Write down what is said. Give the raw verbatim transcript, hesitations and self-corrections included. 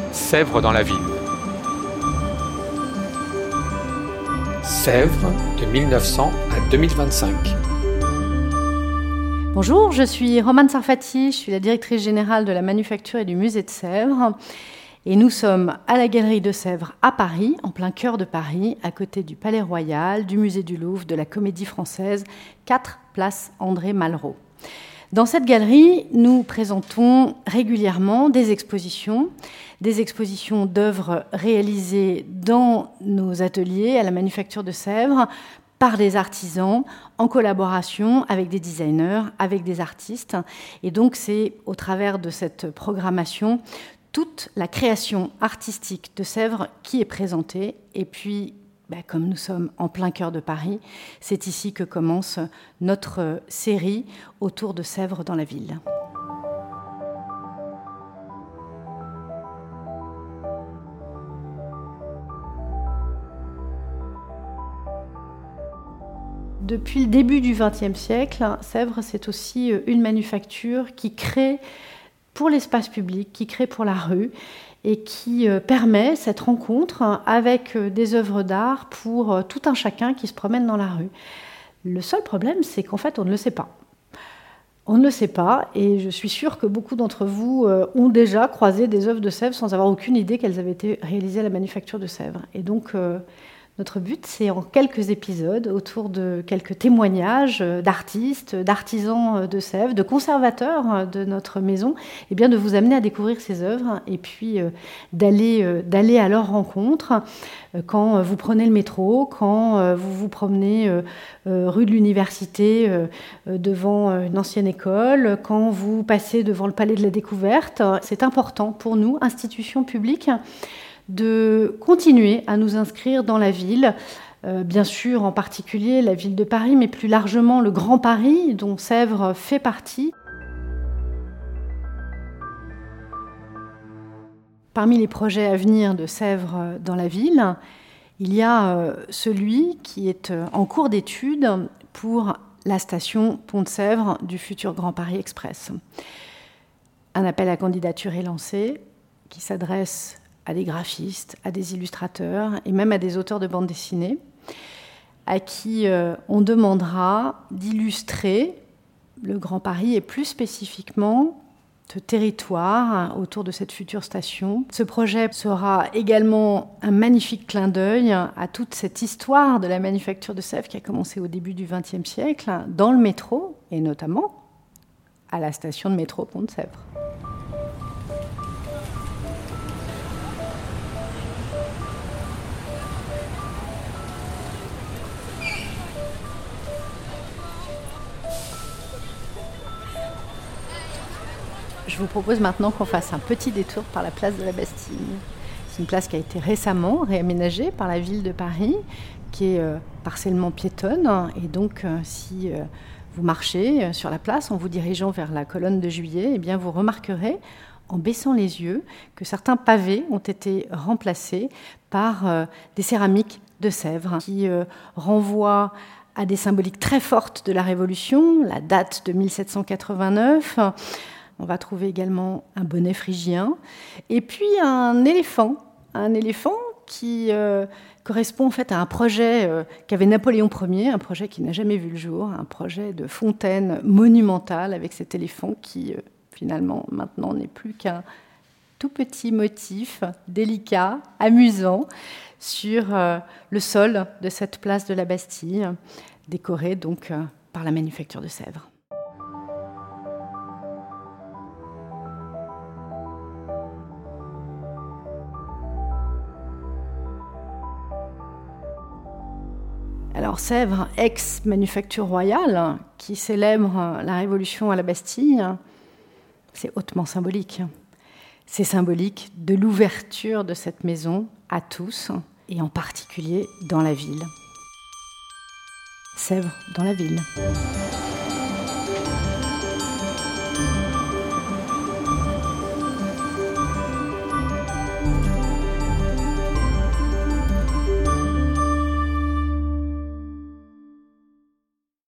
Sèvres dans la ville. Sèvres de mille neuf cents à deux mille vingt-cinq. Bonjour, je suis Romane Sarfati, je suis la directrice générale de la manufacture et du musée de Sèvres. Et nous sommes à la Galerie de Sèvres à Paris, en plein cœur de Paris, à côté du Palais Royal, du musée du Louvre, de la Comédie Française, quatre place André Malraux. Dans cette galerie, nous présentons régulièrement des expositions, des expositions d'œuvres réalisées dans nos ateliers à la Manufacture de Sèvres par des artisans en collaboration avec des designers, avec des artistes. Et donc c'est au travers de cette programmation toute la création artistique de Sèvres qui est présentée. Et puis, ben, comme nous sommes en plein cœur de Paris, c'est ici que commence notre série autour de Sèvres dans la ville. Depuis le début du vingtième siècle, Sèvres, c'est aussi une manufacture qui crée pour l'espace public, qui crée pour la rue et qui permet cette rencontre avec des œuvres d'art pour tout un chacun qui se promène dans la rue. Le seul problème, c'est qu'en fait, on ne le sait pas. On ne le sait pas, et je suis sûre que beaucoup d'entre vous ont déjà croisé des œuvres de Sèvres sans avoir aucune idée qu'elles avaient été réalisées à la Manufacture de Sèvres. Et donc, euh, notre but, c'est en quelques épisodes, autour de quelques témoignages d'artistes, d'artisans de Sèvres, de conservateurs de notre maison, et bien de vous amener à découvrir ces œuvres et puis euh, d'aller, euh, d'aller à leur rencontre euh, quand vous prenez le métro, quand euh, vous vous promenez euh, euh, rue de l'Université euh, devant une ancienne école, quand vous passez devant le Palais de la Découverte. C'est important pour nous, institutions publiques, de continuer à nous inscrire dans la ville, euh, bien sûr en particulier la ville de Paris, mais plus largement le Grand Paris, dont Sèvres fait partie. Parmi les projets à venir de Sèvres dans la ville, il y a euh, celui qui est euh, en cours d'étude pour la station Pont de Sèvres du futur Grand Paris Express. Un appel à candidature est lancé, qui s'adresse à des graphistes, à des illustrateurs et même à des auteurs de bande dessinée, à qui euh, on demandera d'illustrer le Grand Paris et plus spécifiquement ce territoire autour de cette future station. Ce projet sera également un magnifique clin d'œil à toute cette histoire de la manufacture de Sèvres qui a commencé au début du vingtième siècle dans le métro et notamment à la station de métro Pont de Sèvres. Je vous propose maintenant qu'on fasse un petit détour par la place de la Bastille. C'est une place qui a été récemment réaménagée par la ville de Paris, qui est euh, partiellement piétonne. Et donc, euh, si euh, vous marchez euh, sur la place en vous dirigeant vers la colonne de Juillet, eh bien, vous remarquerez, en baissant les yeux, que certains pavés ont été remplacés par euh, des céramiques de Sèvres qui euh, renvoient à des symboliques très fortes de la Révolution, la date de mille sept cent quatre-vingt-neuf. On va trouver également un bonnet phrygien et puis un éléphant, un éléphant qui euh, correspond en fait à un projet euh, qu'avait Napoléon Ier, un projet qui n'a jamais vu le jour, un projet de fontaine monumentale avec cet éléphant qui euh, finalement maintenant n'est plus qu'un tout petit motif délicat, amusant sur euh, le sol de cette place de la Bastille, décoré donc euh, par la Manufacture de Sèvres. Alors Sèvres, ex-manufacture royale, qui célèbre la Révolution à la Bastille, c'est hautement symbolique. C'est symbolique de l'ouverture de cette maison à tous, et en particulier dans la ville. Sèvres dans la ville.